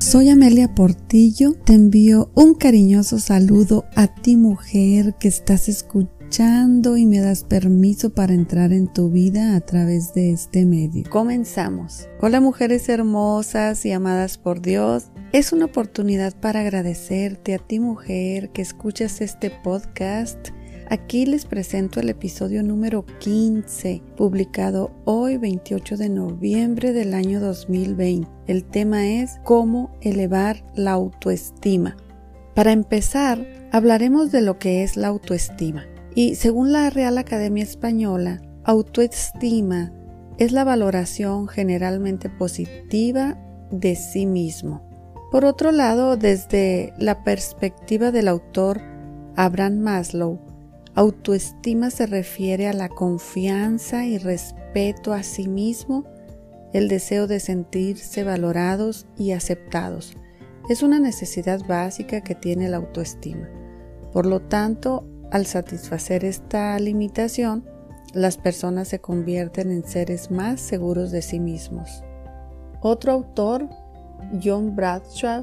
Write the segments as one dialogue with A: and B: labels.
A: soy Amelia Portillo, te envío un cariñoso saludo a ti mujer que estás escuchando y me das permiso para entrar en tu vida a través de este medio. Comenzamos. Hola mujeres hermosas y amadas por Dios. Es una oportunidad para agradecerte a ti mujer que escuchas este podcast. Aquí les presento el episodio número 15, publicado hoy 28 de noviembre del año 2020. El tema es cómo elevar la autoestima. Para empezar, hablaremos de lo que es la autoestima. Y según la Real Academia Española, autoestima es la valoración generalmente positiva de sí mismo. Por otro lado, desde la perspectiva del autor Abraham Maslow, autoestima se refiere a la confianza y respeto a sí mismo, el deseo de sentirse valorados y aceptados. Es una necesidad básica que tiene la autoestima. Por lo tanto, al satisfacer esta limitación, las personas se convierten en seres más seguros de sí mismos. Otro autor, John Bradshaw,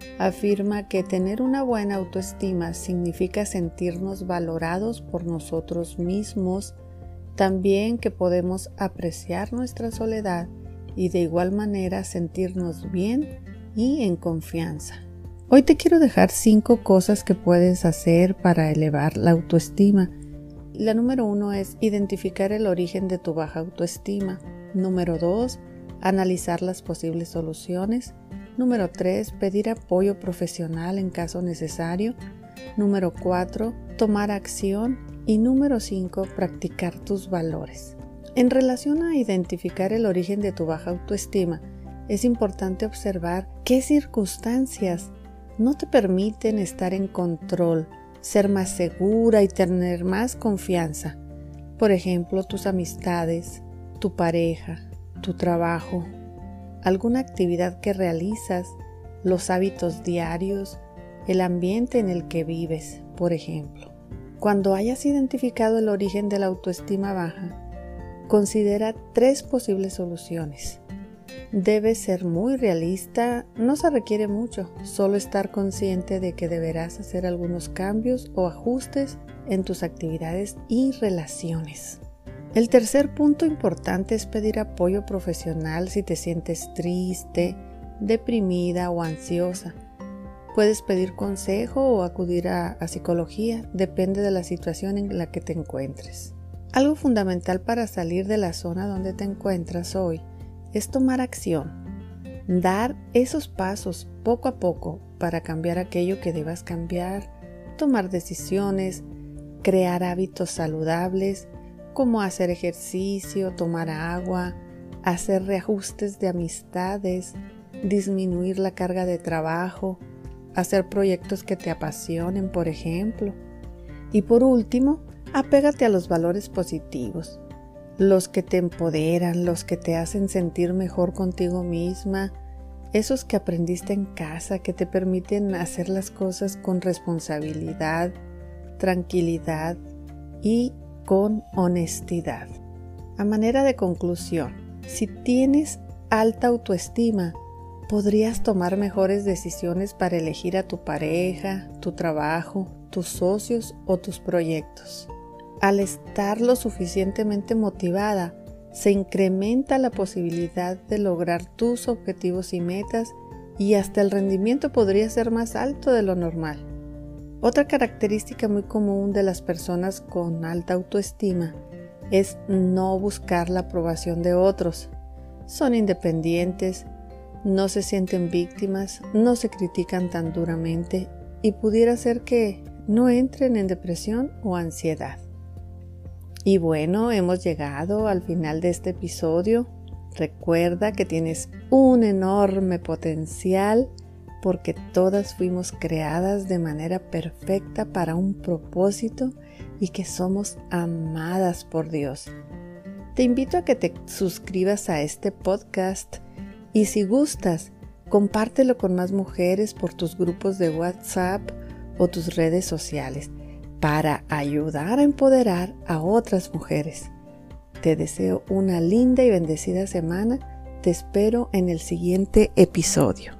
A: afirma que tener una buena autoestima significa sentirnos valorados por nosotros mismos, también que podemos apreciar nuestra soledad y de igual manera sentirnos bien y en confianza. Hoy te quiero dejar 5 cosas que puedes hacer para elevar la autoestima. La número 1 es identificar el origen de tu baja autoestima. Número 2, analizar las posibles soluciones. Número 3, pedir apoyo profesional en caso necesario. Número 4, tomar acción. Y número 5, practicar tus valores. En relación a identificar el origen de tu baja autoestima, es importante observar qué circunstancias no te permiten estar en control, ser más segura y tener más confianza. Por ejemplo, tus amistades, tu pareja, tu trabajo, alguna actividad que realizas, los hábitos diarios, el ambiente en el que vives, por ejemplo. Cuando hayas identificado el origen de la autoestima baja, considera 3 posibles soluciones. Debes ser muy realista, no se requiere mucho, solo estar consciente de que deberás hacer algunos cambios o ajustes en tus actividades y relaciones. El tercer punto importante es pedir apoyo profesional si te sientes triste, deprimida o ansiosa. Puedes pedir consejo o acudir a psicología, depende de la situación en la que te encuentres. Algo fundamental para salir de la zona donde te encuentras hoy es tomar acción, dar esos pasos poco a poco para cambiar aquello que debas cambiar, tomar decisiones, crear hábitos saludables, como hacer ejercicio, tomar agua, hacer reajustes de amistades, disminuir la carga de trabajo, hacer proyectos que te apasionen, por ejemplo. Y por último, apégate a los valores positivos, los que te empoderan, los que te hacen sentir mejor contigo misma, esos que aprendiste en casa, que te permiten hacer las cosas con responsabilidad, tranquilidad y con honestidad. A manera de conclusión, si tienes alta autoestima, podrías tomar mejores decisiones para elegir a tu pareja, tu trabajo, tus socios o tus proyectos. Al estar lo suficientemente motivada, se incrementa la posibilidad de lograr tus objetivos y metas y hasta el rendimiento podría ser más alto de lo normal. Otra característica muy común de las personas con alta autoestima es no buscar la aprobación de otros. Son independientes, no se sienten víctimas, no se critican tan duramente y pudiera ser que no entren en depresión o ansiedad. Y bueno, hemos llegado al final de este episodio. Recuerda que tienes un enorme potencial porque todas fuimos creadas de manera perfecta para un propósito y que somos amadas por Dios. Te invito a que te suscribas a este podcast y si gustas, compártelo con más mujeres por tus grupos de WhatsApp o tus redes sociales para ayudar a empoderar a otras mujeres. Te deseo una linda y bendecida semana. Te espero en el siguiente episodio.